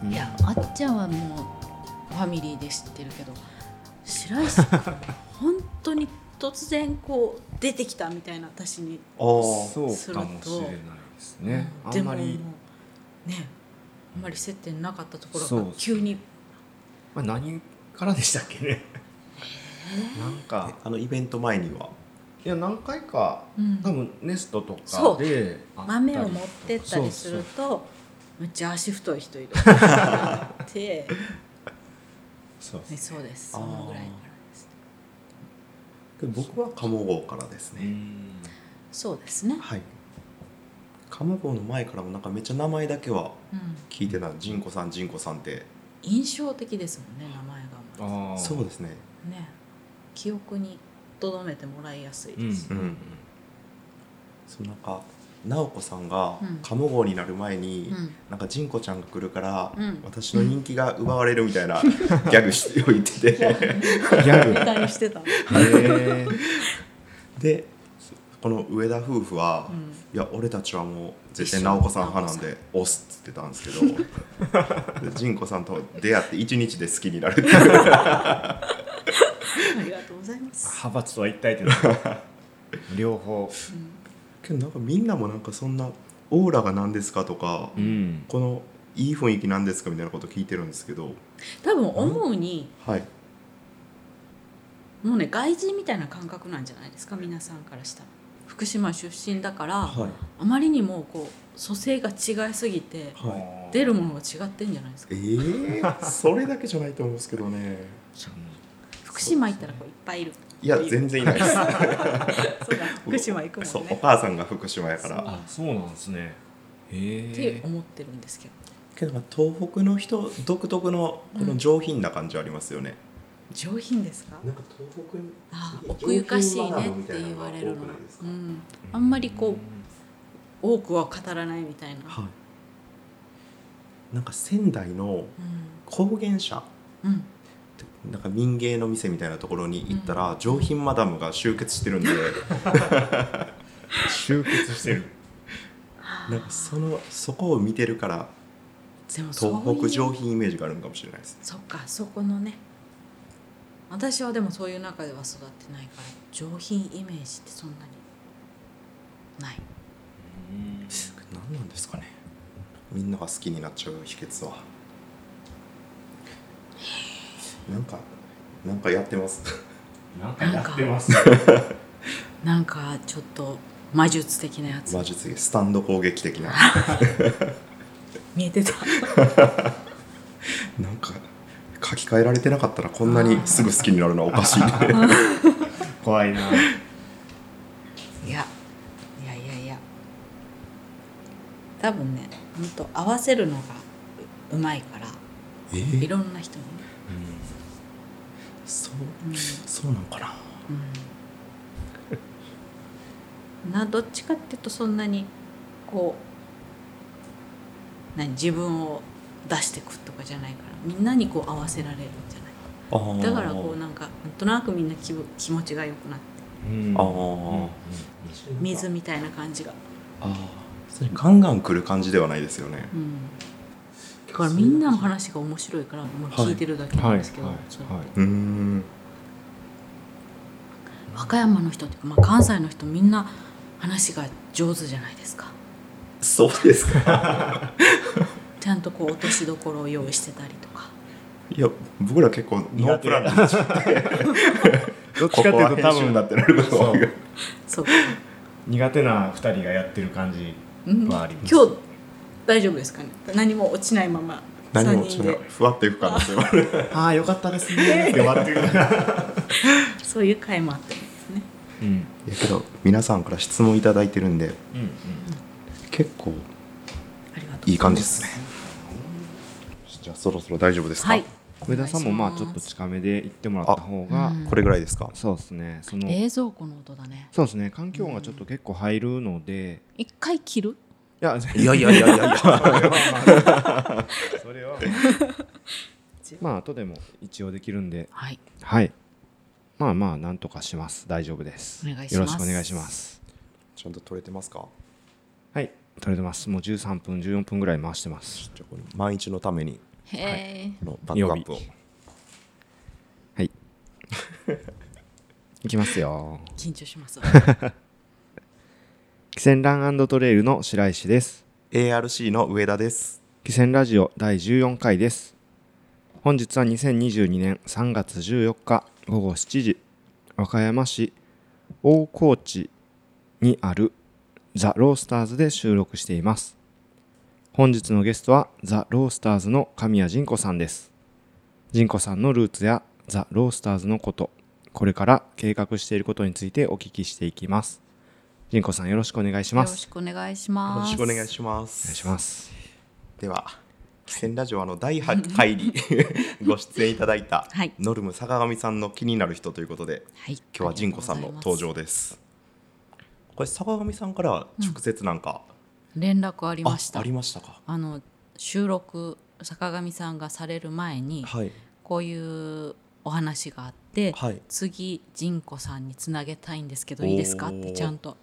いや、あっちゃんはもうファミリーで知ってるけど、白石さん本当に突然こう出てきたみたいな、私にそうするかもしれないとですね、あんまりでももうね、あんまり接点なかったところがそう急に、 何からでしたっけねなんかイベント前にはいや何回か、多分ネストとそうかで豆を持ってったりするとめっちゃ足太い人いるってそうね、そうです、そのぐらいからです。 僕は鴨郷からですね。 そうですね、 はい。鴨郷の前からもなんかめっちゃ名前だけは聞いてた、ジンコさんって印象的ですもんね、名前が。 そうですね。 ね、記憶に留めてもらいやすいです。 そう、なんか直子さんが鴨郷になる前に、なんかジンコちゃんが来るから、私の人気が奪われるみたいなギャグしておいてて、 ギャグネタにしてた。 でこの上田夫婦は、いや俺たちはもう絶対直子さん派なんで押すっつってたんですけどジンコさんと出会って1日で好きになるっていうありがとうございます。 派閥とは一体という両方、 けどなんかみんなもなんかそんなオーラが何ですかとか、このいい雰囲気なんですかみたいなこと聞いてるんですけど、 多分思うに、 はい、 もうね、外人みたいな感覚なんじゃないですか、皆さんからしたら。福島出身だから、 はい、 あまりにもこう組成が違いすぎて、出るものが違ってんじゃないですか。 それだけじゃないと思うんですけどね。 福島行ったらこういっぱいいる。 いや全然いないですそうだ、 福島行くもんね。 そう、お母さんが福島やから。 あ、そうなんですね。 って思ってるんですけど。 けど東北の人独特のこの上品な感じありますよね。 上品ですか？ なんか東北に奥ゆかしいねって言われるの。あんまりこう多くは語らないみたいな。 はい。なんか仙台の高原社、なんか民芸の店みたいなところに行ったら、上品マダムが集結してるんで集結してるなんかそこを見てるから東北上品イメージがあるのかもしれないです。 そっか、そこのね、私はでもそういう中では育ってないから上品イメージってそんなにない。 何なんですかね、みんなが好きになっちゃう秘訣は。なんかやってますなんかやってますなんかちょっと魔術的なやつ。 魔術的、スタンド攻撃的な見えてたなんか書き換えられてなかったらこんなにすぐ好きになるのはおかしい怖いな。 いや多分ね、ほんと合わせるのがうまいから、いろんな人にね、 そうなんかな。どっちかっていうとそんなにこう自分を出してくとかじゃないから、みんなにこう合わせられるんじゃないか。だからこうなんとなくみんな気持ちが良くなって、水みたいな感じが。 ガンガン来る感じではないですよね。 だからみんなの話が面白いから、もう聞いてるだけなんですけど、和歌山の人っていうか、関西の人みんな話が上手じゃないですか。 そうですかちゃんとこう落としどころを用意してたりとか。 いや、僕ら結構ノープランでどっちかっていうと多分だってなることがそう苦手な2人がやってる感じはあります。 今日大丈夫ですかね。何も落ちないまま何も落ちない、ふわっていく可能性もあるああ、よかったですねって終わってるそういう回もあってるんですね。 いやけど皆さんから質問いただいてるんで、結構いい感じですね。じゃあそろそろ大丈夫ですか？ はい、 上田さんもちょっと近めで行ってもらった方が、 これぐらいですか？ そうですね。 冷蔵庫の音だね。 そうですね。環境音がちょっと結構入るので、 一回切る？ いやそれは後でも一応できるんで、 はいなんとかします。大丈夫です。 お願いします。 よろしくお願いします。 ちゃんと撮れてますか？ はい、撮れてます。もう13分14分ぐらい回してます。 じゃあこれ万一のためにへえ、 このバックアップをはいいきますよ。 緊張します汽船ラン&トレイルの白石です。 ARC の上田です。 汽船ラジオ第14回です。本日は2022年3月14日午後7時、和歌山市大河内にあるザ・ロースターズで収録しています。本日のゲストはザ・ロースターズの神谷仁子さんです。仁子さんのルーツやザ・ロースターズのこと、これから計画していることについてお聞きしていきます。仁子さん、よろしくお願いします。 よろしくお願いします。 よろしくお願いします。 お願いします。 では汽船ラジオ第8回にご出演いただいた、はい、ノルム坂上さんの気になる人ということで、はい、今日は仁子さんの登場です。これ坂上さんからは直接なんか、 連絡ありました。 ありましたか。 収録坂上さんがされる前に、はい、こういうお話があって、はい、次仁子さんにつなげたいんですけどいいですかってちゃんと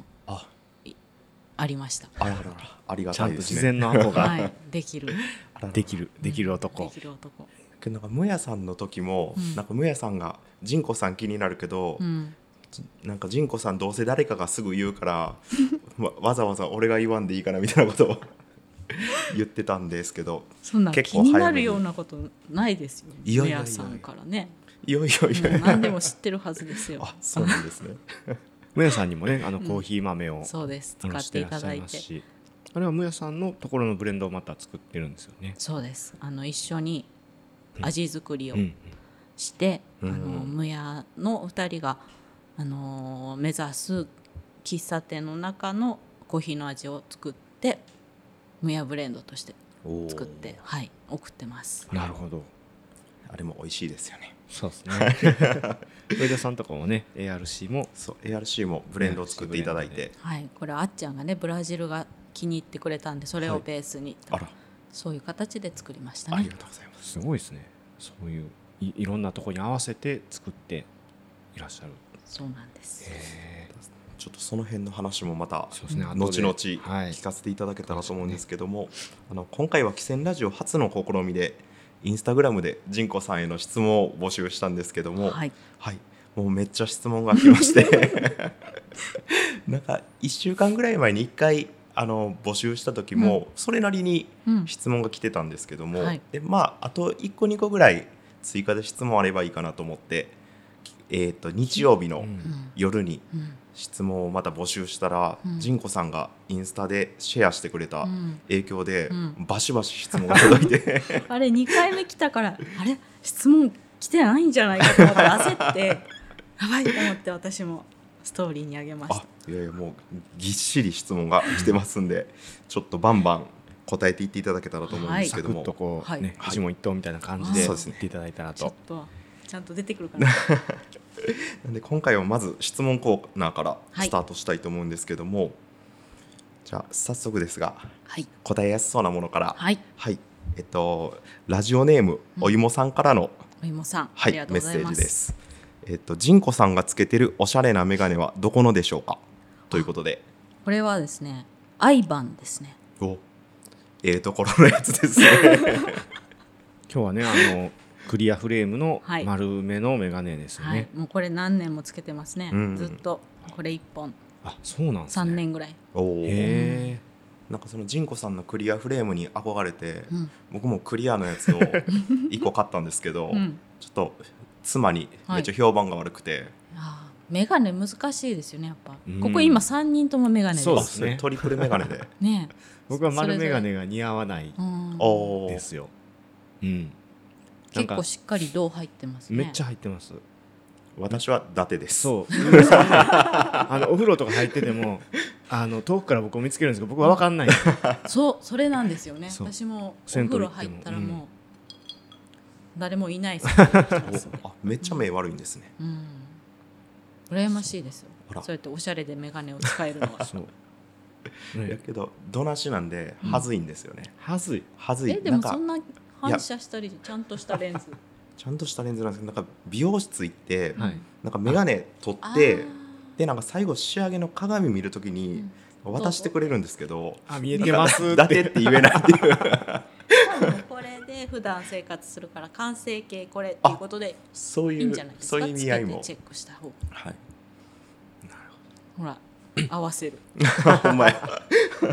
ありました。 ありがたいですね。 ちゃんと事前のアポが、 はい、できる男。できる男。 なんかむやさんの時も、なんかむやさんが仁子さん気になるけど、なんか仁子さんどうせ誰かがすぐ言うからわざわざ俺が言わんでいいかなみたいなことを言ってたんですけど、 そんな気になるようなことないですよ。むやさんからね。 いや何でも知ってるはずですよ。 あ、そうなんですね。 むやさんにもね、コーヒー豆を、 そうです、使っていただいて、 あれはむやさんのところのブレンドをまた作ってるんですよね。 そうです。一緒に味作りをして、むやの2人が目指す喫茶店の中のコーヒーの味を作って、むやブレンドとして作って、はい、送ってます。 なるほど。 あれも美味しいですよね。 そうですね。上田さんとかもね、 ARC もブレンドを作っていただいて、 はい、これあっちゃんがね、ブラジルが気に入ってくれたんで、それをベースに、はい、そういう形で作りましたね。 ありがとうございます。 すごいですね。そういう いろんなところに合わせて作っていらっしゃる。 そうなんです。 ちょっとその辺の話もまた後々聞かせていただけたらと思うんですけども、今回は汽船ラジオ初の試みでインスタグラムで仁子さんへの質問を募集したんですけども、はいはい、もうめっちゃ質問が来ましてなんか1週間ぐらい前に1回募集した時もそれなりに質問が来てたんですけども、はい、であと1個2個ぐらい追加で質問あればいいかなと思って、日曜日の夜に質問をまた募集したら、仁子さんがインスタでシェアしてくれた影響で、バシバシ質問が届いてあれ2回目来たから、あれ質問来てないんじゃないかと思って焦ってやばいと思って私もストーリーにあげました。 いやもうぎっしり質問が来てますんでちょっとバンバン答えていっていただけたらと思うんですけども、 サクッとこうね、一問一答みたいな感じで言っていただいたらと。 ちょっとちゃんと出てくるかななんで今回はまず質問コーナーからスタートしたいと思うんですけども、じゃあ早速ですが、答えやすそうなものから、ラジオネームおいもさんからの、 おいもさん、 メッセージです。仁子さんがつけてるおしゃれなメガネはどこのでしょうかということで、 これはですね、アイバンですね。 ところのやつですね今日はね、クリアフレームの丸めのメガネですね、はい、 もうこれ何年もつけてますね、ずっとこれ1本。 あ、そうなんですね。 3年ぐらい。 へなんかその仁子さんのクリアフレームに憧れて、僕もクリアのやつを1個買ったんですけど、ちょっと妻にめっちゃ評判が悪くて、 メガネ難しいですよね、やっぱ。ここ今3人ともメガネです。 そうですね、 トリプルメガネでね、 僕は丸メガネが似合わないですよ。 結構しっかり銅入ってますね。 めっちゃ入ってます。 私は伊達です。 そうお風呂とか入ってても遠くから僕を見つけるんですけど、僕は分かんないそれなんですよね。私もお風呂入ったらもう誰もいないですめっちゃ目悪いんですね。 羨ましいですよ。そうやっておしゃれでメガネを使えるのは。 そうやけどどなしなんではずいんですよね。 はずい。 でもそんな反射したりちゃんとしたレンズちゃんとしたレンズなんですけど、なんか美容室行って、なんか眼鏡取ってでなんか最後仕上げの鏡見るときに渡してくれるんですけど、 見えてますだって言えないっていうこれでで普段生活するから完成形これっていうことでそういういいんじゃないですか。 そういう意味合いもつけてチェックした方が、 はい、 ほら合わせるほんまや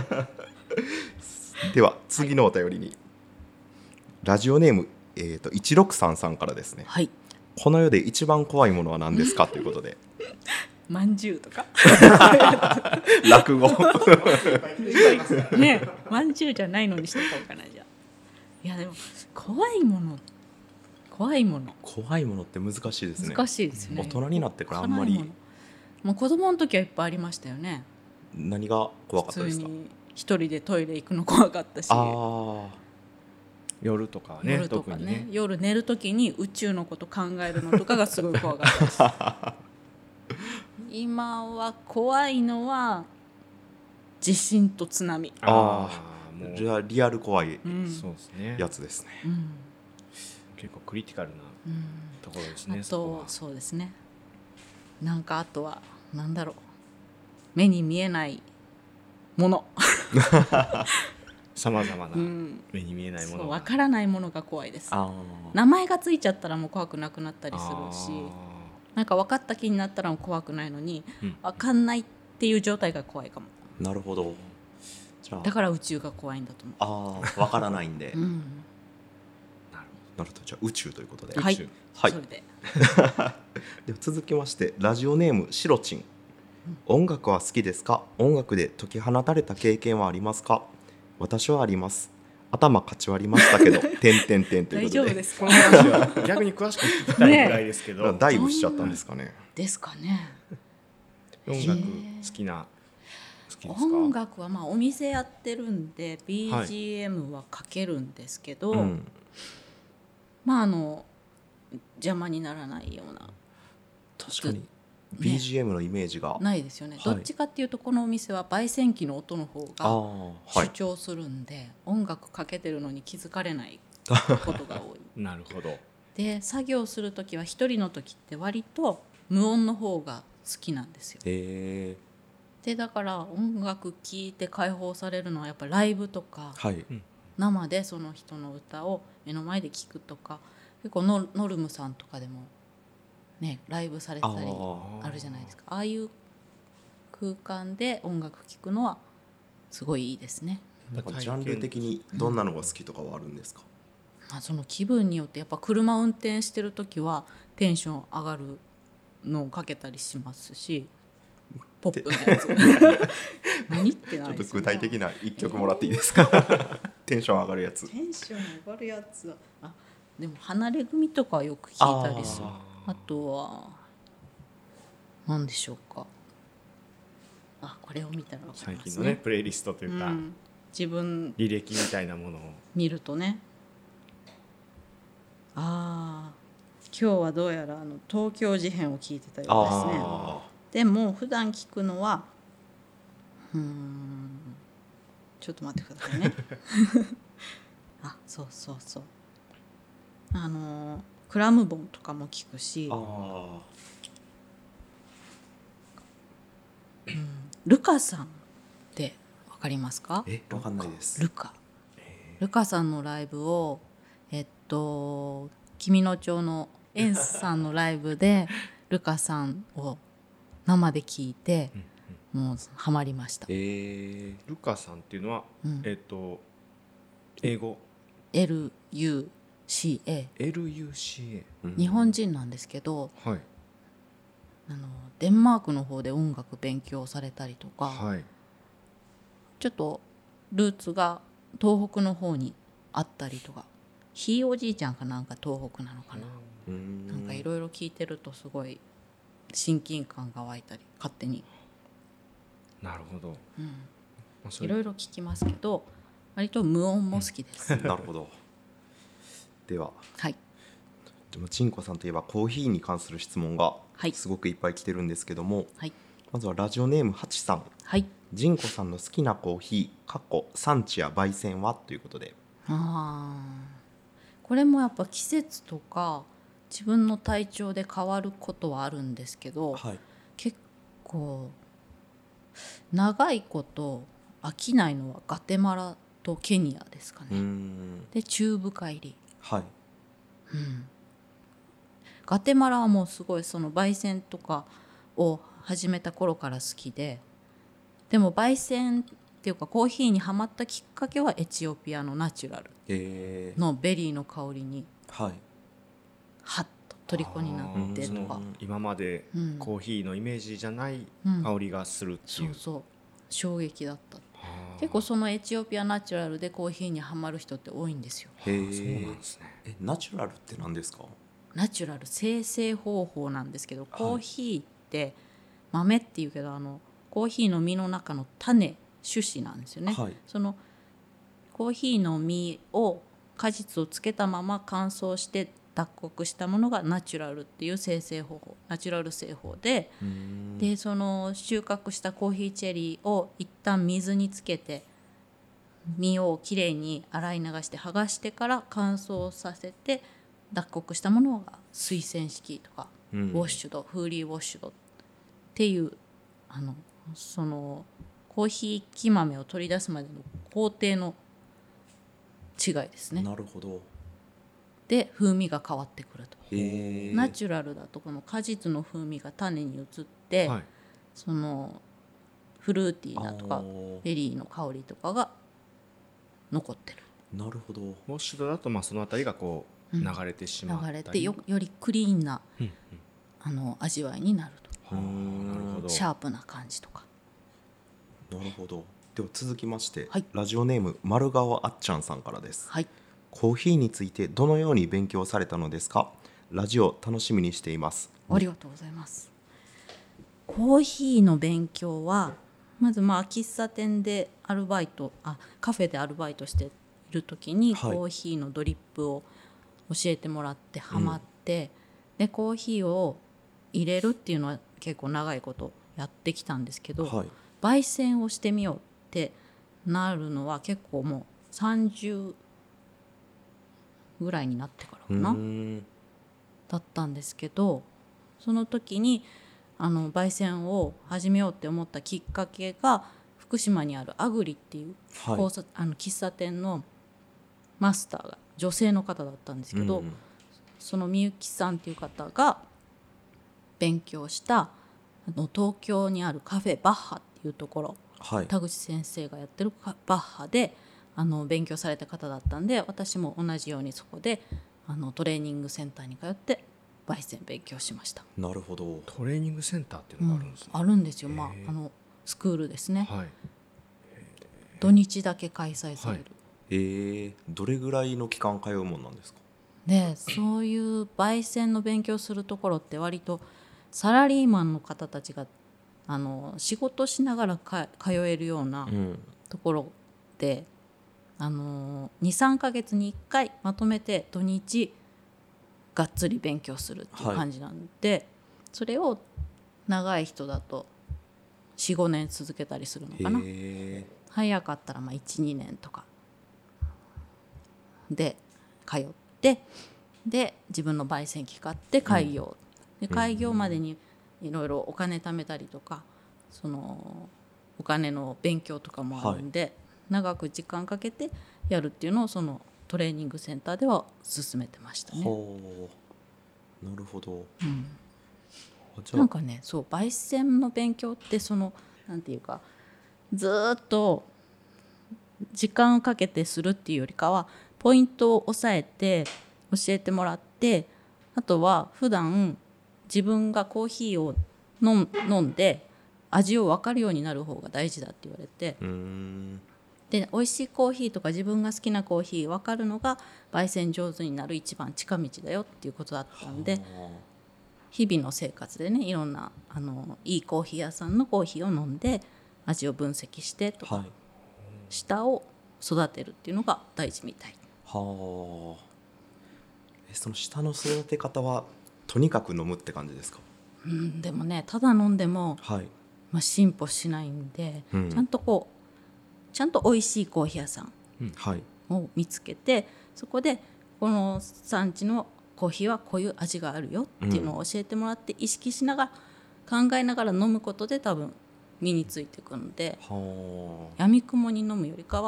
では次のお便りに、ラジオネーム、1633からですね、 はい、 この世で一番怖いものは何ですかということでまんじゅうとか落語ね、まんじゅうじゃないのにしとこうかな。じゃあいやでも怖いもの怖いものって難しいですね。 難しいですね。 大人になってからあんまり。 もう子供の時はいっぱいありましたよね。 何が怖かったですか？ 普通に一人でトイレ行くの怖かったし、 夜とかね、 夜とかね、夜寝る時に宇宙のこと考えるのとかがすごい怖かったです今は怖いのは地震と津波。 もうリアル怖いそうですね、 やつですね、 結構クリティカルなところですね。 あとそうですね、なんかあとはなんだろう、目に見えないものさまざまな目に見えないもの分からないものが怖いです。 あ、 名前がついちゃったらもう怖くなくなったりするし、なんか分かった気になったらもう怖くないのに、分かんないっていう状態が怖いかも。 なるほど。じゃあだから宇宙が怖いんだと思う。 分からないんで、 うん、 なるほど。じゃあ宇宙ということで、 はい、 はい、 それででは続きまして、ラジオネームしろちん、音楽は好きですか？音楽で解き放たれた経験はありますか？私はあります。頭かち割りましたけどということで大丈夫ですか？ この話は逆に詳しく聞きたいぐらいですけど、 ダイブしちゃったんですかね。 ですかね。 音楽好きですか？ 音楽はまあお店やってるんで BGM はかけるんですけど、まあ邪魔にならないような。 確かに BGM のイメージがないですよね。どっちかっていうとこのお店は焙煎機の音の方が主張するんで、音楽かけてるのに気づかれないことが多いなるほど。 で、作業する時は一人の時って割と無音の方が好きなんですよ。でだから音楽聴いて解放されるのはやっぱライブとか、生でその人の歌を目の前で聴くとか、結構ノルムさんとかでもね、ライブされたりあるじゃないですか。ああいう空間で音楽聴くのはすごいいいですね。 ジャンル的にどんなのが好きとかはあるんですか？ その気分によってやっぱ車運転してる時はテンション上がるのをかけたりしますし、ポップなやつ何ってないですよね。 ちょっと具体的な一曲もらっていいですか？テンション上がるやつ。 テンション上がるやつはでも離れ組とかはよく聞いたりする。あとは何でしょうか。これを見たら分かりますね。 最近のねプレイリストというか、 自分履歴みたいなものを見るとね、今日はどうやら東京事変を聞いてたようですね。でも普段聞くのはちょっと待ってくださいねそうクラムボンとかも聞くし、ルカさんって分かりますか？ 分かんないです。 ルカさんのライブを君野町のエンスさんのライブでルカさんを生で聞いてもうハマりました。 ルカさんっていうのは、英語 LUCA、日本人なんですけど、デンマークの方で音楽勉強されたりとか、ちょっとルーツが東北の方にあったりとか、ひいおじいちゃんかなんか東北なのかな、なんかいろいろ聞いてるとすごい親近感が湧いたり勝手に。 なるほど。 いろいろ聞きますけど割と無音も好きです。 なるほど。では、でもちんこさんといえばコーヒーに関する質問がすごくいっぱい来てるんですけども、まずはラジオネームはちさん、じんこさんの好きなコーヒー産地や焙煎はということで。 これもやっぱ季節とか自分の体調で変わることはあるんですけど、結構長いこと飽きないのはガテマラとケニアですかね。で中深入り、 はい、 ガテマラはもうすごいその焙煎とかを始めた頃から好きで、でも焙煎っていうかコーヒーにはまったきっかけはエチオピアのナチュラルのベリーの香りにはっと虜になってとか、 今までコーヒーのイメージじゃない香りがするっていう、 そう衝撃だった。結構そのエチオピアナチュラルでコーヒーにはまる人って多いんですよ。 そうなんですね。 ナチュラルって何ですか？ ナチュラル生成方法なんですけど、コーヒーって豆っていうけどコーヒーの実の中の種種子なんですよね、そのコーヒーの実を果実をつけたまま乾燥して脱穀したものがナチュラルっていう生成方法、ナチュラル製法で、でその収穫したコーヒーチェリーを一旦水につけて実をきれいに洗い流して剥がしてから乾燥させて脱穀したものが水洗式とか、ウォッシュドフーリーウォッシュドっていうそのコーヒー木豆を取り出すまでの工程の違いですね。 なるほど。 で風味が変わってくると。ナチュラルだとこの果実の風味が種に移って、そのフルーティーなとかベリーの香りとかが残ってる。 なるほど。ウォッシュドだとそのあたりがこう流れてしまったり、 流れてよりクリーンな、味わいになると。 なるほど。 シャープな感じとか。 なるほど。では続きまして、ラジオネーム丸川あっちゃんさんからです。コーヒーについてどのように勉強されたのですか？ラジオ楽しみにしています。 ありがとうございます。コーヒーの勉強はまず喫茶店でアルバイトカフェでアルバイトしている時に、コーヒーのドリップを教えてもらってハマって、でコーヒーを入れるっていうのは結構長いことやってきたんですけど、焙煎をしてみようってなるのは結構もう30ぐらいになってからかなだったんですけど、その時に焙煎を始めようって思ったきっかけが福島にあるアグリっていう、喫茶店のマスターが女性の方だったんですけど、そのみゆきさんっていう方が勉強した東京にあるカフェバッハっていうところ、田口先生がやってるバッハで勉強された方だったんで、私も同じようにそこでトレーニングセンターに通って焙煎勉強しました。 なるほど。 トレーニングセンターっていうのがあるんですね。 あるんですよ。スクールですね、土日だけ開催される。 どれぐらいの期間通うもんなんですか？ でそういう焙煎の勉強するところって割とサラリーマンの方たちが仕事しながら通えるようなところで、2,3 ヶ月に1回まとめて土日がっつり勉強するっていう感じなんで、それを長い人だと 4,5 年続けたりするのかな。早かったら1、2年とかで通って、で自分の焙煎機買って開業、で開業までにいろいろお金貯めたりとか、そのお金の勉強とかもあるんで、長く時間かけてやるっていうのをそのトレーニングセンターでは進めてましたね。 なるほど、 なんかね、そう焙煎の勉強ってなんていうか、ずっと時間をかけてするっていうよりかはポイントを押さえて教えてもらって、あとは普段自分がコーヒーを飲んで味を分かるようになる方が大事だって言われて、で美味しいコーヒーとか自分が好きなコーヒー分かるのが焙煎上手になる一番近道だよっていうことだったんで、日々の生活でね、いろんないいコーヒー屋さんのコーヒーを飲んで味を分析してとか、舌を育てるっていうのが大事みたい。 その舌の育て方はとにかく飲むって感じですか？ でもね、ただ飲んでも、進歩しないんで、ちゃんと美味しいコーヒー屋さんを見つけて、そこでこの産地のコーヒーはこういう味があるよっていうのを教えてもらって、意識しながら考えながら飲むことで多分身についていくので、やみくもに飲むよりかは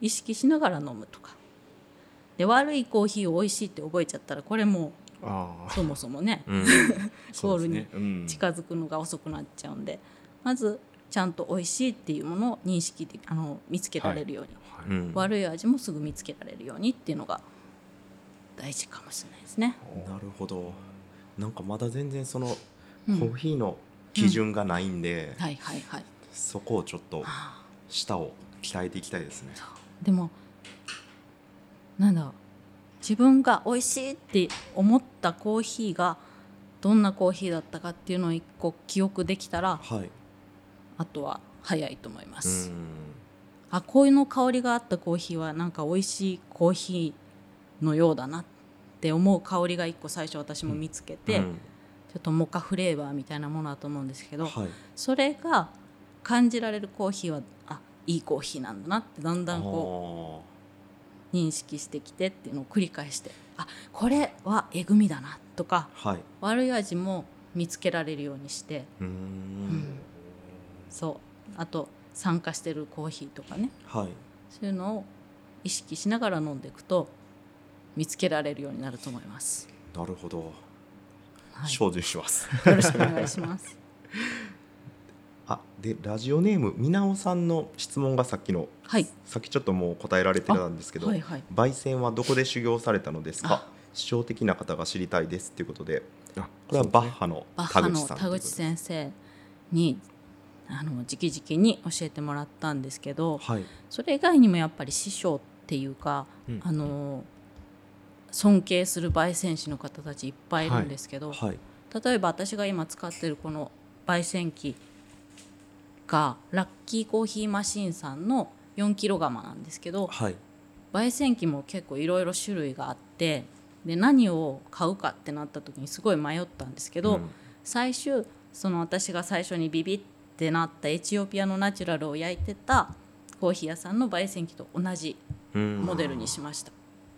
意識しながら飲むとかで、悪いコーヒーを美味しいって覚えちゃったらこれもそもそもね、ゴールに近づくのが遅くなっちゃうんで、まずちゃんと美味しいっていうものを認識で見つけられるように、悪い味もすぐ見つけられるようにっていうのが大事かもしれないですね。 なるほど。なんかまだ全然そのコーヒーの基準がないんで、そこをちょっと舌を鍛えていきたいですね。 でもなんだ、自分が美味しいって思ったコーヒーがどんなコーヒーだったかっていうのを一個記憶できたら、あとは早いと思います。あ、こういうの香りがあったコーヒーはなんか美味しいコーヒーのようだなって思う香りが一個最初私も見つけて、ちょっとモカフレーバーみたいなものだと思うんですけど、それが感じられるコーヒーは、あ、いいコーヒーなんだなってだんだんこう認識してきてっていうのを繰り返して、あ、これはえぐみだなとか、悪い味も見つけられるようにして、そう、あと酸化してるコーヒーとかね、そういうのを意識しながら飲んでいくと見つけられるようになると思います。 なるほど、精進します。 よろしくお願いします。 でラジオネームみなおさんの質問がさっきの、さっきちょっともう答えられてたんですけど、焙煎はどこで修行されたのですか、師匠的な方が知りたいですということで、これはバッハの田口さん、 田口先生に直々に教えてもらったんですけど、それ以外にもやっぱり師匠っていうか、尊敬する焙煎士の方たちいっぱいいるんですけど、例えば私が今使ってるこの焙煎機がラッキーコーヒーマシンさんの4キロ釜なんですけど、焙煎機も結構いろいろ種類があって、で何を買うかってなった時にすごい迷ったんですけど、最終その私が最初にビビってなったエチオピアのナチュラルを焼いてたコーヒー屋さんの焙煎機と同じモデルにしました。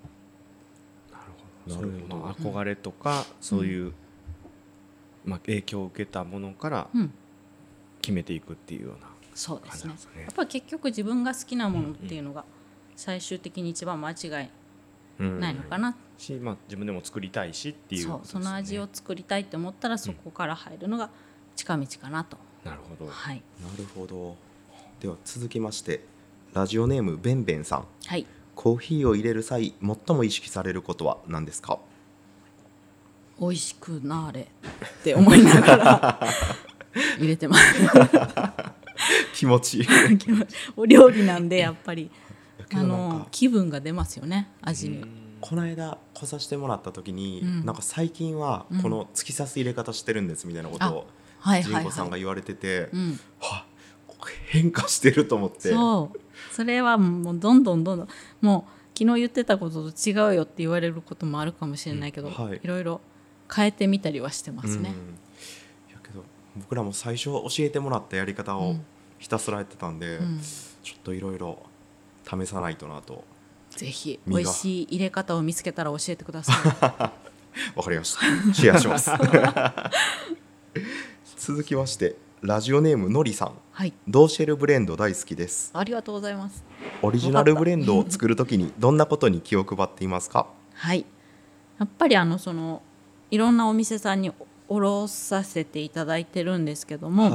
なるほど。憧れとかそういう、影響を受けたものから決めていくっていうようなそうですね。やっぱり結局自分が好きなものっていうのが最終的に一番間違いないのかな、 自分でも作りたいしっていう、 その味を作りたいって思ったらそこから入るのが近道かなと。 なるほど、 なるほど。では続きましてラジオネームべんべんさん、コーヒーを入れる際最も意識されることは何ですか？ 美味しくなれって思いながら入れてます気持ちいいお料理なんでやっぱり気分が出ますよね、味に。 この間来させてもらった時に、なんか最近はこの突き刺す入れ方してるんですみたいなことを仁子さんが言われてて、変化してると思って、 それはもうどんどんもう昨日言ってたことと違うよって言われることもあるかもしれないけど、いろいろ変えてみたりはしてますね。 やけど僕らも最初教えてもらったやり方をひたすらやってたんで、ちょっといろいろ試さないとなと。 ぜひ美味しい入れ方を見つけたら教えてくださいわかりました、シェアします続きましてラジオネームのりさん、ドーシェルブレンド大好きです。 ありがとうございます。 オリジナルブレンドを作るときにどんなことに気を配っていますか？ やっぱりいろんなお店さんに卸させていただいてるんですけども、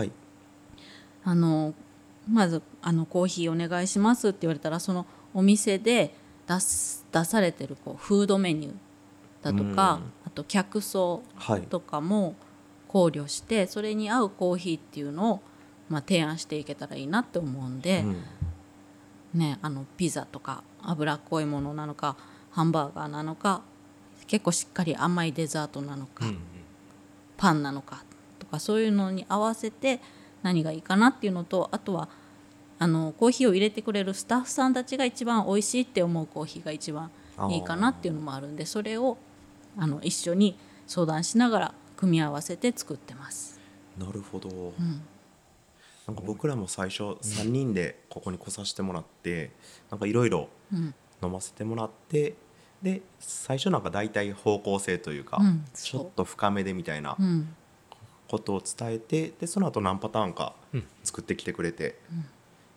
まずコーヒーお願いしますって言われたら、そのお店で出されてるフードメニューだとか、あと客層とかも考慮して、それに合うコーヒーっていうのを提案していけたらいいなって思うんで、ピザとか脂っこいものなのかハンバーガーなのか結構しっかり甘いデザートなのか、パンなのかとか、そういうのに合わせて何がいいかなっていうのと、あとはコーヒーを入れてくれるスタッフさんたちが一番美味しいって思うコーヒーが一番いいかなっていうのもあるんで、それを一緒に相談しながら組み合わせて作ってます。 なるほど、なんか僕らも最初3人でここに来させてもらって、なんかいろいろ飲ませてもらって、で最初なんか大体方向性というか、ちょっと深めでみたいなことを伝えて、でその後何パターンか作ってきてくれて、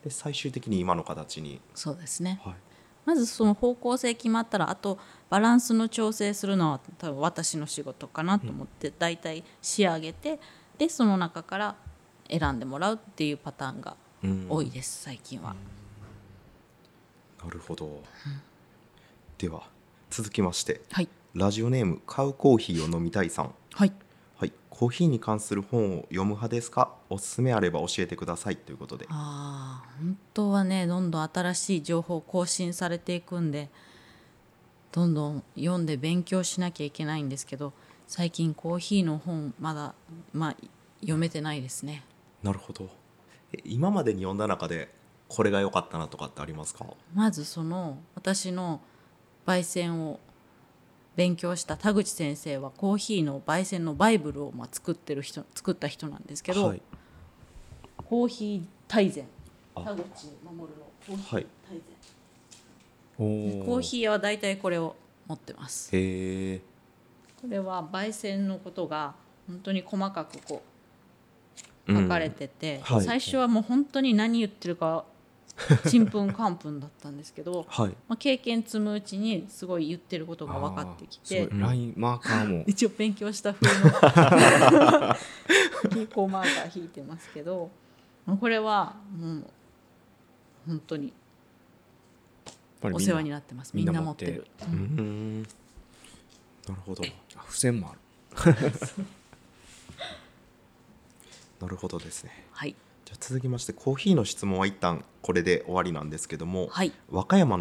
で最終的に今の形に。 そうですね、 はい、 まずその方向性決まったら、あとバランスの調整するのは多分私の仕事かなと思ってだいたい仕上げて、でその中から選んでもらうっていうパターンが多いです、最近は。 なるほど、では続きまして、 はい、 ラジオネーム買うコーヒーを飲みたいさん。 はい、 はい、コーヒーに関する本を読む派ですか、おすすめあれば教えてくださいということで。 本当はね、どんどん新しい情報更新されていくんで、どんどん読んで勉強しなきゃいけないんですけど、最近コーヒーの本まだ、読めてないですね。 なるほど。今までに読んだ中でこれが良かったなとかってありますか？ まずその私の焙煎を勉強した田口先生はコーヒーの焙煎のバイブルを作った人なんですけど、 はい、 コーヒー大全、田口守のコーヒー大全、コーヒーはだいたいこれを持ってます。 へえ。 これは焙煎のことが本当に細かくこう書かれてて、 はい、 最初はもう本当に何言ってるかちんぷんかんぷんだったんですけど、 はい、 経験積むうちにすごい言ってることが分かってきて、 ラインマーカーも一応勉強した風の蛍光マーカー引いてますけど、これはもう本当にお世話になってます。みんな持ってる。 なるほど。 付箋もあるなるほどですね。 はい、 じゃあ続きましてコーヒーの質問は一旦これで終わりなんですけども、 はい、 和歌山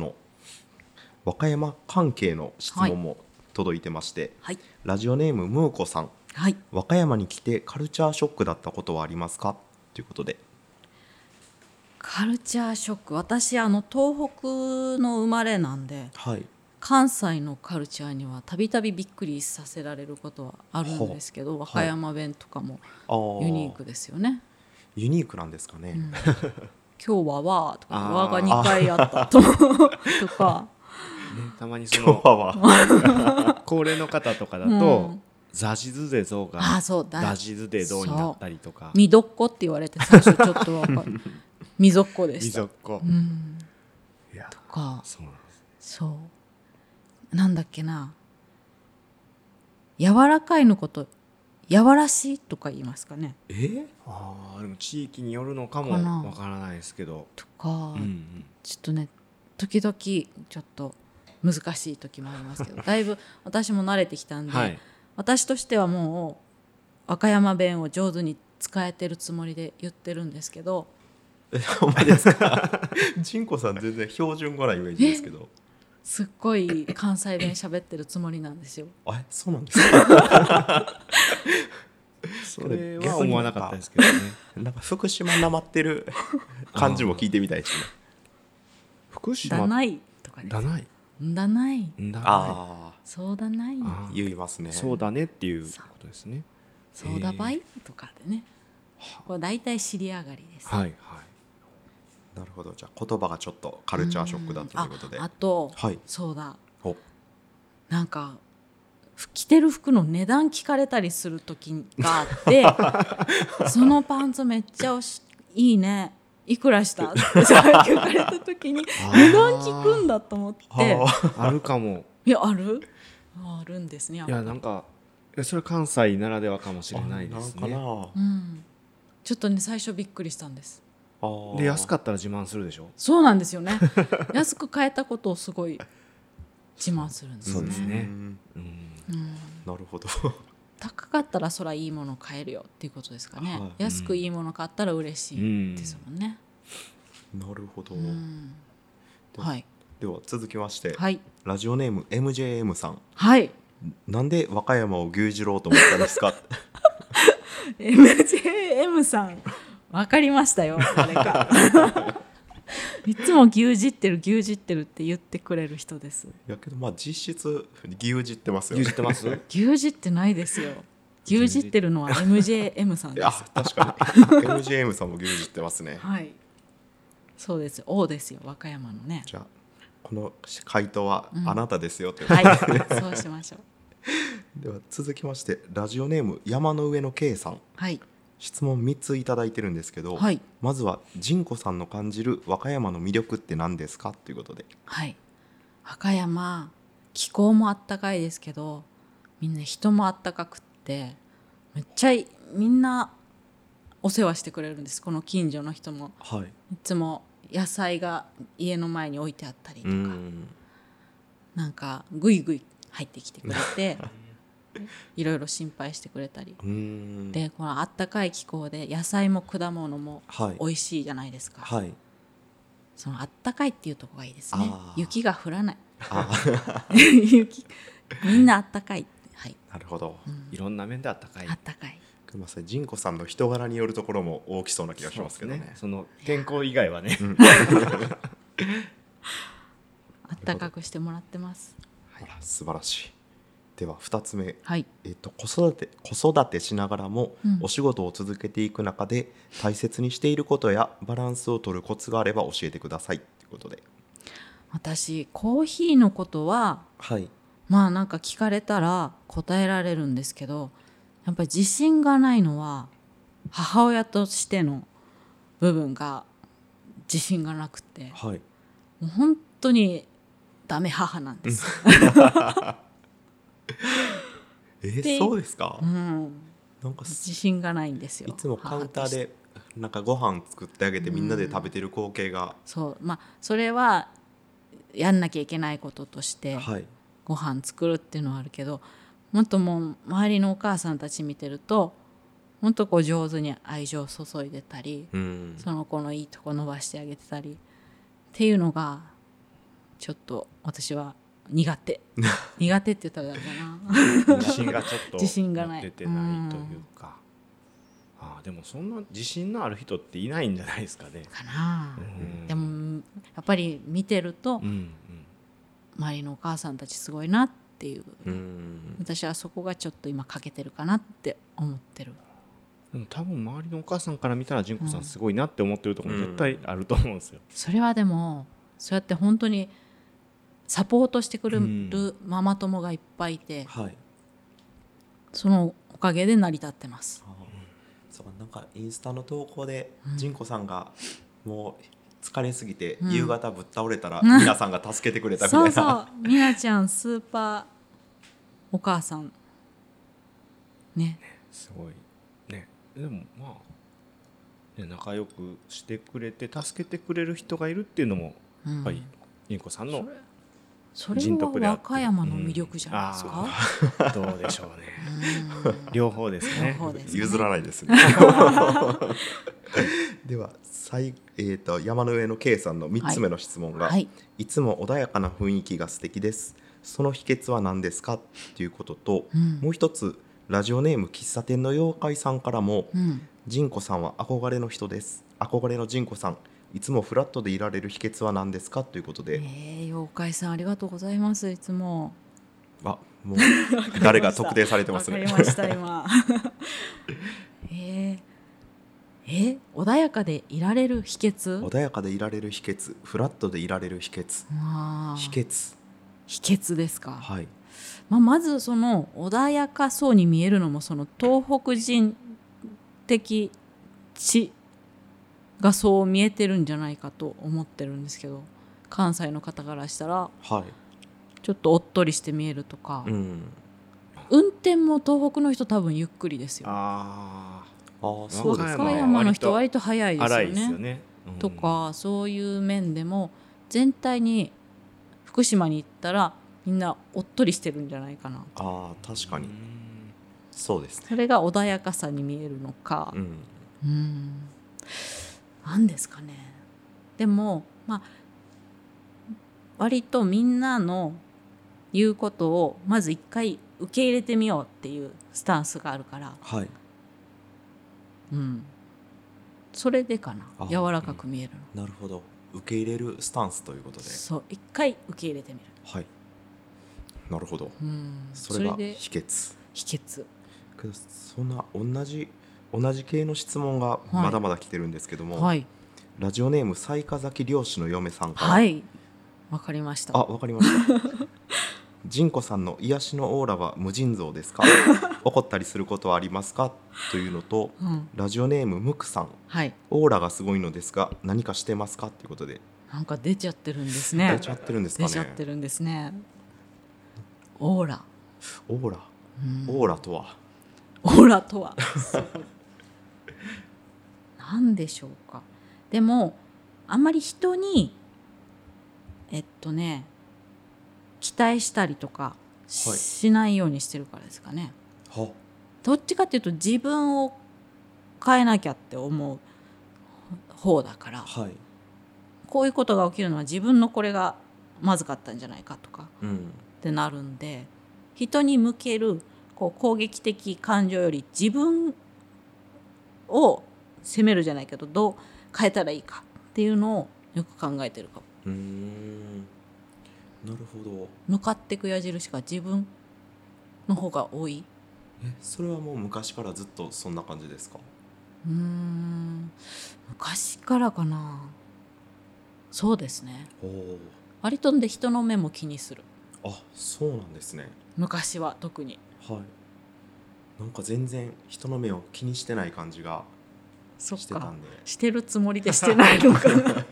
関係の質問も届いてまして、 はい、 ラジオネームムーコさん、 はい、 和歌山に来てカルチャーショックだったことはありますかということで。 カルチャーショック、私東北の生まれなんで、 はい、 関西のカルチャーにはたびたびびっくりさせられることはあるんですけど、和歌山弁とかもユニークですよね。 ユニークなんですかね、 今日はわーとかわが2回あったとか、 たまにその高齢の方とかだと、ザジズでゾウがダジズでゾウになったりとか、 みどっこって言われて最初ちょっとわかるみぞっこでした。 みぞっこ、 いやとか、 そうなんです、 そうなんだっけな、柔らかいのこと柔らしいとか言いますかね。 でも地域によるのかもわからないですけどとか、ちょっとね時々ちょっと難しい時もありますけどだいぶ私も慣れてきたんで、私としてはもう和歌山弁を上手に使えてるつもりで言ってるんですけど。 ほんまですか？ジンコさん全然標準語なイメージですけど、 すっごい関西弁喋ってるつもりなんですよ。 そうなんですか？ それは思わなかったですけどね。 なんか福島なまってる感じも聞いてみたいですね。 福島だないとかね。 だないだない。そうだない。 言いますね。 そうだねっていうことですね。 そうだばいとかでね。これ大体尻上がりです。 はいはい。 なるほど。じゃあ言葉がちょっとカルチャーショックだったということで。 あと、 はい、 そうだ。なんか着てる服の値段聞かれたりする時があってそのパンツめっちゃいいね、いくらしたって聞かれた時に値段聞くんだと思って。 あるかも。 いや、あるんですね。 いや、なんかそれ関西ならではかもしれないですね。 ちょっとね最初びっくりしたんです。 で安かったら自慢するでしょ。 そうなんですよね。安く買えたことをすごい自慢するんですね。 そうですね。 なるほど。 高かったらそらいいもの買えるよっていうことですかね。安くいいもの買ったら嬉しいですもんね。 なるほど。 はい。 では続きまして、 はい、 ラジオネーム MJM さん。 はい。 なんで和歌山を牛耳ろうと思ったんですか？ MJM さん、わかりましたよ。誰かいつも牛耳ってるって言ってくれる人です。 いやけど実質牛耳ってますよね。 牛耳ってます？ 牛耳ってないですよ。牛耳ってるのは MJM さんです。 確かにMJM さんも牛耳ってますね。 はい、そうです。王ですよ、和歌山のね。 じゃあこの回答はあなたですよということで、はい、そうしましょう。 では続きましてラジオネーム山の上の K さん。 はい。 質問3ついただいてるんですけど、 はい、 まずは仁子さんの感じる和歌山の魅力って何ですかということで。 はい、和歌山気候もあったかいですけど、みんな人もあったかくってめっちゃみんなお世話してくれるんです。この近所の人も、 はい、 いつも野菜が家の前に置いてあったりとか、なんかぐいぐい入ってきてくれていろいろ心配してくれたりで、このあったかい気候で野菜も果物も美味しいじゃないですか、 はい、 そのあったかいっていうところがいいですね。雪が降らないみんなあったかい、はい、 なるほど、 いろんな面であったかい。 仁子さんの人柄によるところも大きそうな気がしますけどね。 その天候以外はね、 あったかくしてもらってます。 素晴らしい。では2つ目、 はい、 子育てしながらもお仕事を続けていく中で大切にしていることやバランスを取るコツがあれば教えてくださいということで。 私コーヒーのことは、 はい、 まあなんか聞かれたら答えられるんですけど、やっぱり自信がないのは母親としての部分が自信がなくて、 はい、 もう本当にダメ母なんですそうですか、 なんか自信がないんですよ。 いつもカウンターでなんかご飯作ってあげてみんなで食べてる光景が、 そう、まあそれはやんなきゃいけないこととしてご飯作るっていうのはあるけど、もっともう周りのお母さんたち見てるともっとこう上手に愛情を注いでたり、その子のいいとこ伸ばしてあげてたりっていうのがちょっと私は苦手苦手って言ったらダメだな自信がちょっと自信がない、 持っててないというか、でもそんな自信のある人っていないんじゃないですかね。 かな、でもやっぱり見てると、周りのお母さんたちすごいなっていう、私はそこがちょっと今欠けてるかなって思ってる。 でも多分周りのお母さんから見たら仁子さんすごいなって思ってるところ絶対あると思うんですよ、 それはでもそうやって本当にサポートしてくれるママ友がいっぱいいて、そのおかげで成り立ってます。 そう、なんかインスタの投稿で仁子さんがもう疲れすぎて夕方ぶっ倒れたら皆さんが助けてくれたみたいな、 そうそう、みなちゃんスーパーお母さんね、 すごいね。でもまあ、ね、仲良くしてくれて助けてくれる人がいるっていうのもやっぱり仁子さんのそれは和歌山の魅力じゃないですか、 どうでしょうね両方ですね、 譲らないですねでは山の上の K さんの3つ目の質問が、いつも穏やかな雰囲気が素敵です、その秘訣は何ですかっていうことと、もう一つラジオネーム喫茶店の妖怪さんからも、仁子さんは憧れの人です、憧れの仁子さんいつもフラットでいられる秘訣は何ですかということで、 妖怪さんありがとうございます。いつももう誰が特定されてますねわかりました今穏やかでいられる秘訣、 穏やかでいられる秘訣、フラットでいられる秘訣、秘訣ですか。 はい、 まずその穏やかそうに見えるのもその東北人的血がそう見えてるんじゃないかと思ってるんですけど、関西の方からしたらちょっとおっとりして見えるとか、運転も東北の人多分ゆっくりですよ。 そうですか。 和歌山の人割と早いですよね、とかそういう面でも全体に福島に行ったらみんなおっとりしてるんじゃないかな。 確かにそうですね。 それが穏やかさに見えるのか、なんですかね。でも割とみんなの言うことをまず一回受け入れてみようっていうスタンスがあるから、それでかな、柔らかく見えるの。 なるほど、受け入れるスタンスということで、 そう一回受け入れてみる。 なるほど、それが秘訣。そんな同じ系の質問がまだまだ来てるんですけども、ラジオネーム雑賀崎漁師の嫁さんから、 わかりました。 わかりましたジンコさんの癒しのオーラは無尽蔵ですか怒ったりすることはありますかというのと、ラジオネームムクさん、オーラがすごいのですが何かしてますかということで、 なんか出ちゃってるんですね。 出ちゃってるんですかね。 出ちゃってるんですね。オーラとは何でしょうか。でもあんまり人に期待したりとかしないようにしてるからですかね。どっちかっていうと自分を変えなきゃって思う方だから、こういうことが起きるのは自分のこれがまずかったんじゃないかとか、ってなるんで、人に向けるこう攻撃的感情より自分を責めるじゃないけど、どう変えたらいいかっていうのをよく考えてるかも。 なるほど。 向かっていく矢印が自分の方が多い。 それはもう昔からずっとそんな感じですか？ 昔からかな。そうですね。割とで人の目も気にする。 そうなんですね。 昔は特に。 なんか全然人の目を気にしてない感じがしてたんで。 してるつもりでしてないのかな。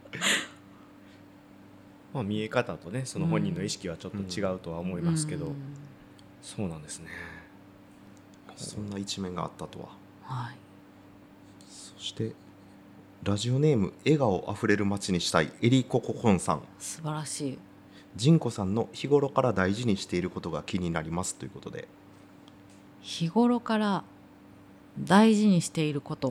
見え方とね、その本人の意識はちょっと違うとは思いますけど、そうなんですね。 そんな一面があったとは。 はい。 そしてラジオネーム笑顔あふれる街にしたいエリコココンさん、 素晴らしい。 ジンコさんの日頃から大事にしていることが気になりますということで。 日頃から大事にしていること。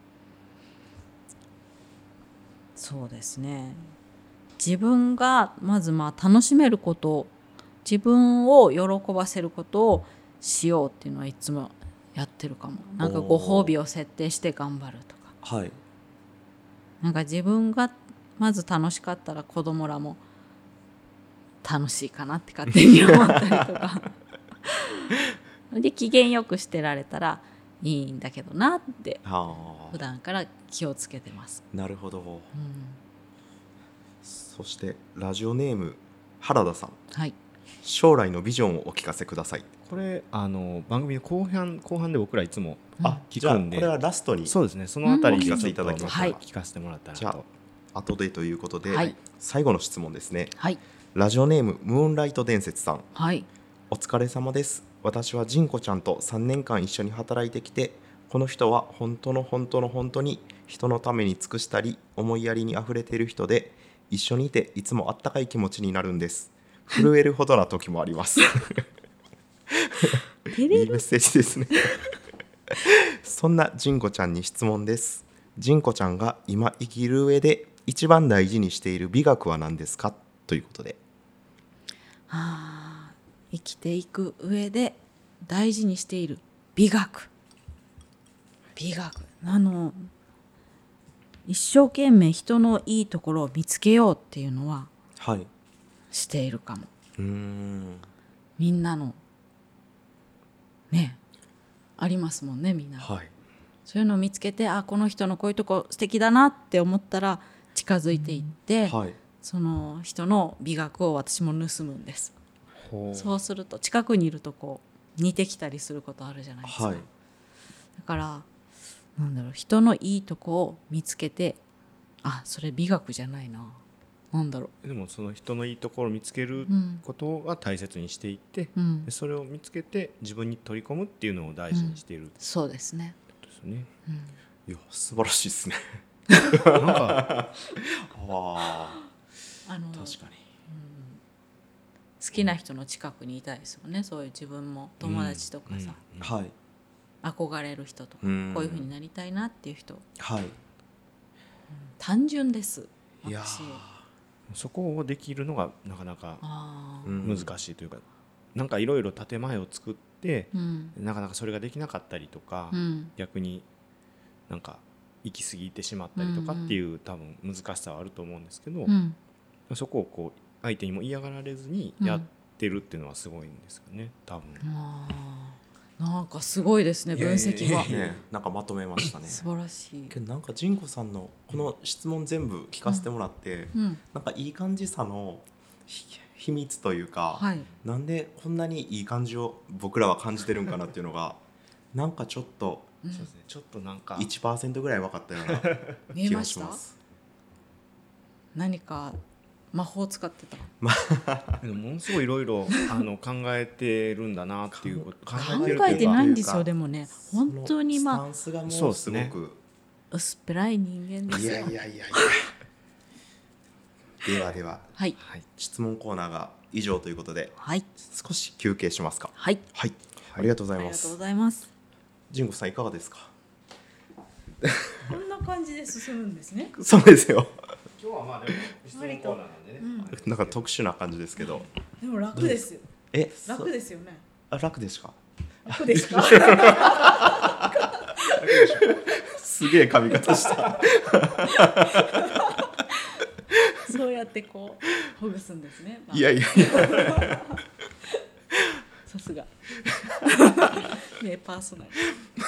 そうですね。自分がまず楽しめること、自分を喜ばせることをしようっていうのはいつもやってるかも。なんかご褒美を設定して頑張るとか。なんか自分がまず楽しかったら子供らも楽しいかなって勝手に思ったりとかで機嫌よくしてられたらいいんだけどなって普段から気をつけてます。 なるほど。そしてラジオネーム原田さん、将来のビジョンをお聞かせください。 これ番組の後半で僕らいつも聞くんで、 これはラストにそうですね、そのあたり聞かせていただきます。 聞かせてもらったらと。 じゃあ後でということで、最後の質問ですね。ラジオネームムーンライト伝説さん、お疲れ様です。私はジンコちゃんと3年間一緒に働いてきて、この人は本当に人のために尽くしたり思いやりにあふれている人で、一緒にいていつもあったかい気持ちになるんです。震えるほどな時もありますいいメッセージですねそんなジンコちゃんに質問です。ジンコちゃんが今生きる上で一番大事にしている美学は何ですかということで。 生きていく上で大事にしている美学。一生懸命人のいいところを見つけようっていうのはしているかも。みんなのねありますもんね、みんな。そういうのを見つけて、この人のこういうとこ素敵だなって思ったら近づいていって、その人の美学を私も盗むんです。そうすると近くにいるとこう似てきたりすることあるじゃないですか。だから人のいいとこを見つけて、それ美学じゃないな、 でもその人のいいところを見つけることは大切にしていって、でそれを見つけて自分に取り込むっていうのを大事にしている、 そうですね。 いや素晴らしいですねなんか確かに、 好きな人の近くにいたいですよね。そういう自分も友達とかさ、憧れる人とか、こういう風になりたいなっていう人、単純です。 そこをできるのがなかなか難しいというか、なんかいろいろ建前を作って、なかなかそれができなかったりとか、逆になんか行き過ぎてしまったりとかっていう多分難しさはあると思うんですけど、そこをこう相手にも嫌がられずにやってるっていうのはすごいんですよね、多分。 なんかすごいですね、分析が。 なんかまとめましたね。 素晴らしい。 なんかジンコさんのこの質問全部聞かせてもらって、なんかいい感じさの秘密というか、 はい、 なんでこんなにいい感じを僕らは感じてるんかなっていうのがなんかちょっと、 そうですね、ちょっとなんか 1% ぐらい分かったような気がします。 何か魔法を使ってた。 ものすごいいろいろ考えてるんだなっていうこと考えてないんですよ。でもね、本当にスタンスがもうすごく薄っぺらい人間ですよ。 いやでは、 はい、 質問コーナーが以上ということで、 はい、 少し休憩しますか。 はい、 はい、ありがとうございます。 ありがとうございます。 神子さんいかがですか。 こんな感じで進むんですね。 そうですよ。 今日はまあでも質問コーナーなんでね、 なんか特殊な感じですけど、 でも楽ですよ。楽ですよね。 楽ですか。 楽ですか。 すげえ髪型した。 そうやってこうほぐすんですね。 いやさすが名パーソナル。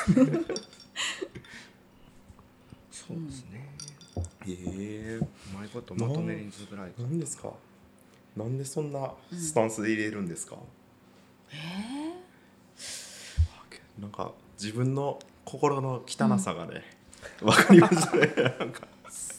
そうですね。 うまいことまとめづらい。 なんですか。なんでそんなスタンスで入れるんですか。なんか自分の心の汚さがね、わかりましたね。なんか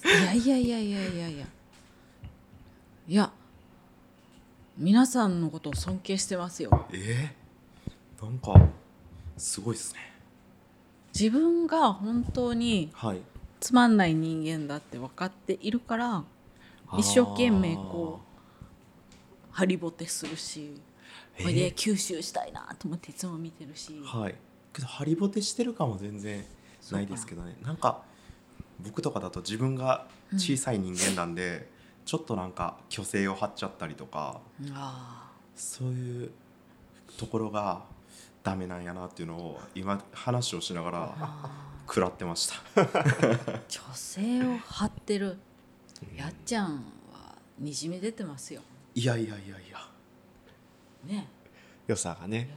いや皆さんのことを尊敬してますよ。 なんかすごいですね。 自分が本当につまんない人間だって分かっているから、一生懸命こうハリボテするし、これで吸収したいなと思っていつも見てるし、 けどハリボテしてる感は全然ないですけどね。なんか僕とかだと自分が小さい人間なんで、ちょっとなんか虚勢を張っちゃったりとか、そういうところがダメなんやなっていうのを今話をしながら食らってました。 虚勢を張ってるやっちゃんはにじみ出てますよ。 いやね、 良さがね、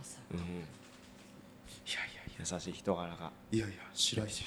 優しい人柄が、 白石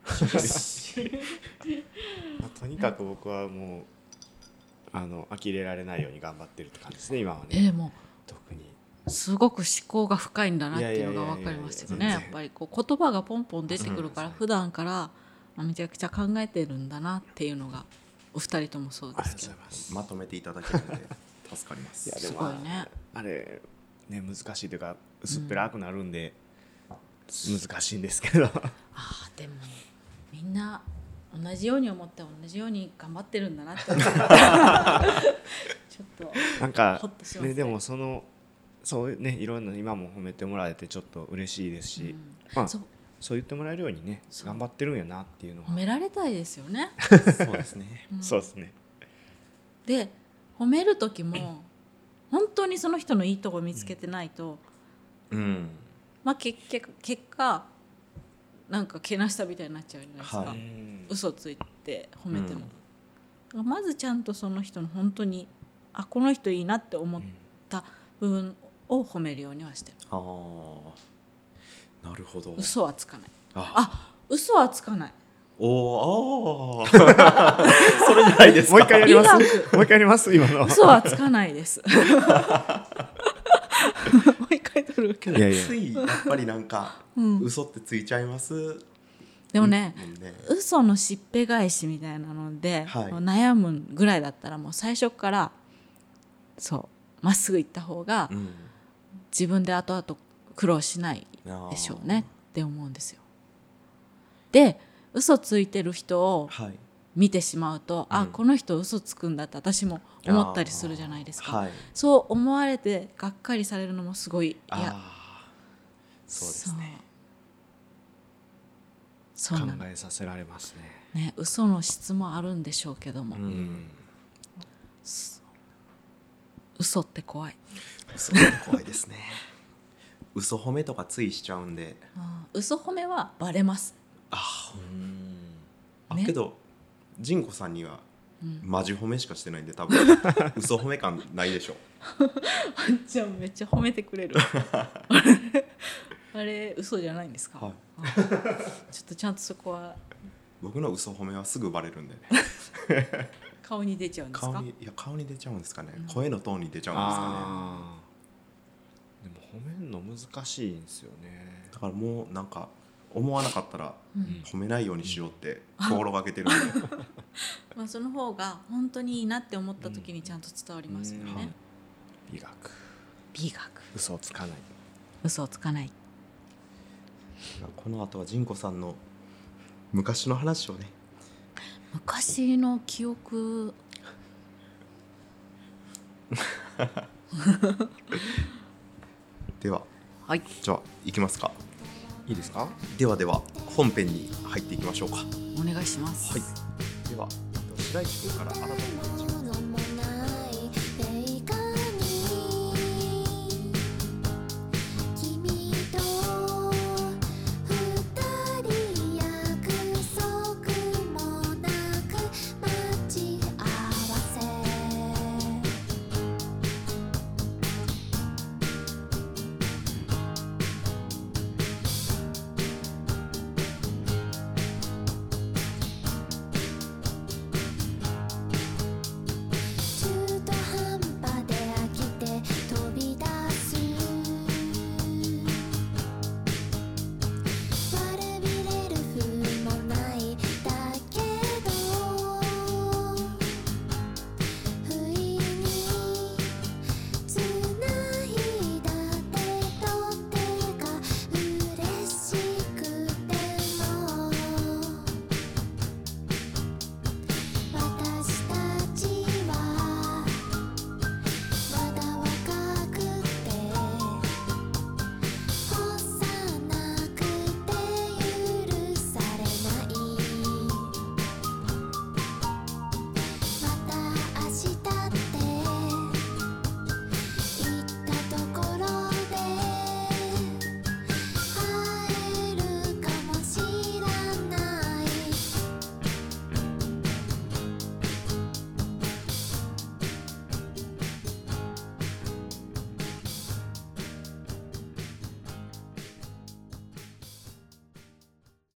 とにかく僕はもう呆れられないように頑張ってるって感じですね、今はね。 もう特にすごく思考が深いんだなっていうのが分かりますよね。やっぱりこう言葉がポンポン出てくるから、普段からめちゃくちゃ考えてるんだなっていうのがお二人ともそうですけど、 まとめていただけるので助かります。 すごいね。 あれね、難しいというか薄っぺらくなるんで、難しいんですけどでもみんな同じように思って同じように頑張ってるんだなって思ってちょっとなんかホッとしますね。でもそういうね、いろんな今も褒めてもらえてちょっと嬉しいですし、そう言ってもらえるようにね、頑張ってるんやなっていうのは褒められたいですよね。 そうですね、 そうですね。 で褒める時も本当にその人のいいとこ見つけてないと、結果なんかけなしたみたいになっちゃうじゃないですか、嘘ついて褒めても、まずちゃんとその人の本当にこの人いいなって思った部分を褒めるようにはしてる。 なるほど。 嘘はつかない。嘘はつかない。 それじゃないですか。 もう一回やります今の。 嘘はつかないです。もう一回取るけど、 ついやっぱりなんか、嘘ってついちゃいます。 でもね、嘘のしっぺ返しみたいなので、悩むぐらいだったらもう最初からまっすぐ行った方が、自分で後々苦労しないでしょうねって思うんですよ。で嘘ついてる人を見てしまうと、この人嘘つくんだって私も思ったりするじゃないですか。そう思われてがっかりされるのもすごい嫌。 そうですね。 考えさせられますね。嘘の質もあるんでしょうけども、嘘って怖い。 嘘って怖いですね。嘘褒めとかついしちゃうんで。 嘘褒めはバレます。 けど神子さんにはマジ褒めしかしてないんで、多分嘘褒め感ないでしょ。 じゃあめっちゃ褒めてくれる。あれ嘘じゃないんですか。ちょっとちゃんとそこは。 僕の嘘褒めはすぐバレるんでね。 顔に出ちゃうんですか？ 顔に出ちゃうんですかね、声のトーンに出ちゃうんですかね。でも褒めるの難しいんですよね。 だからもうなんか思わなかったら褒めないようにしようって心がけてるんで、 まあその方が本当にいいなって思った時にちゃんと伝わりますよね。 美学、 嘘をつかない。この後はジンコさんの昔の話をね。 昔の記憶では、 はい、 じゃあ行きますか。 いいですか？ では本編に入っていきましょうか。 お願いします。 はい、では白石君から改めて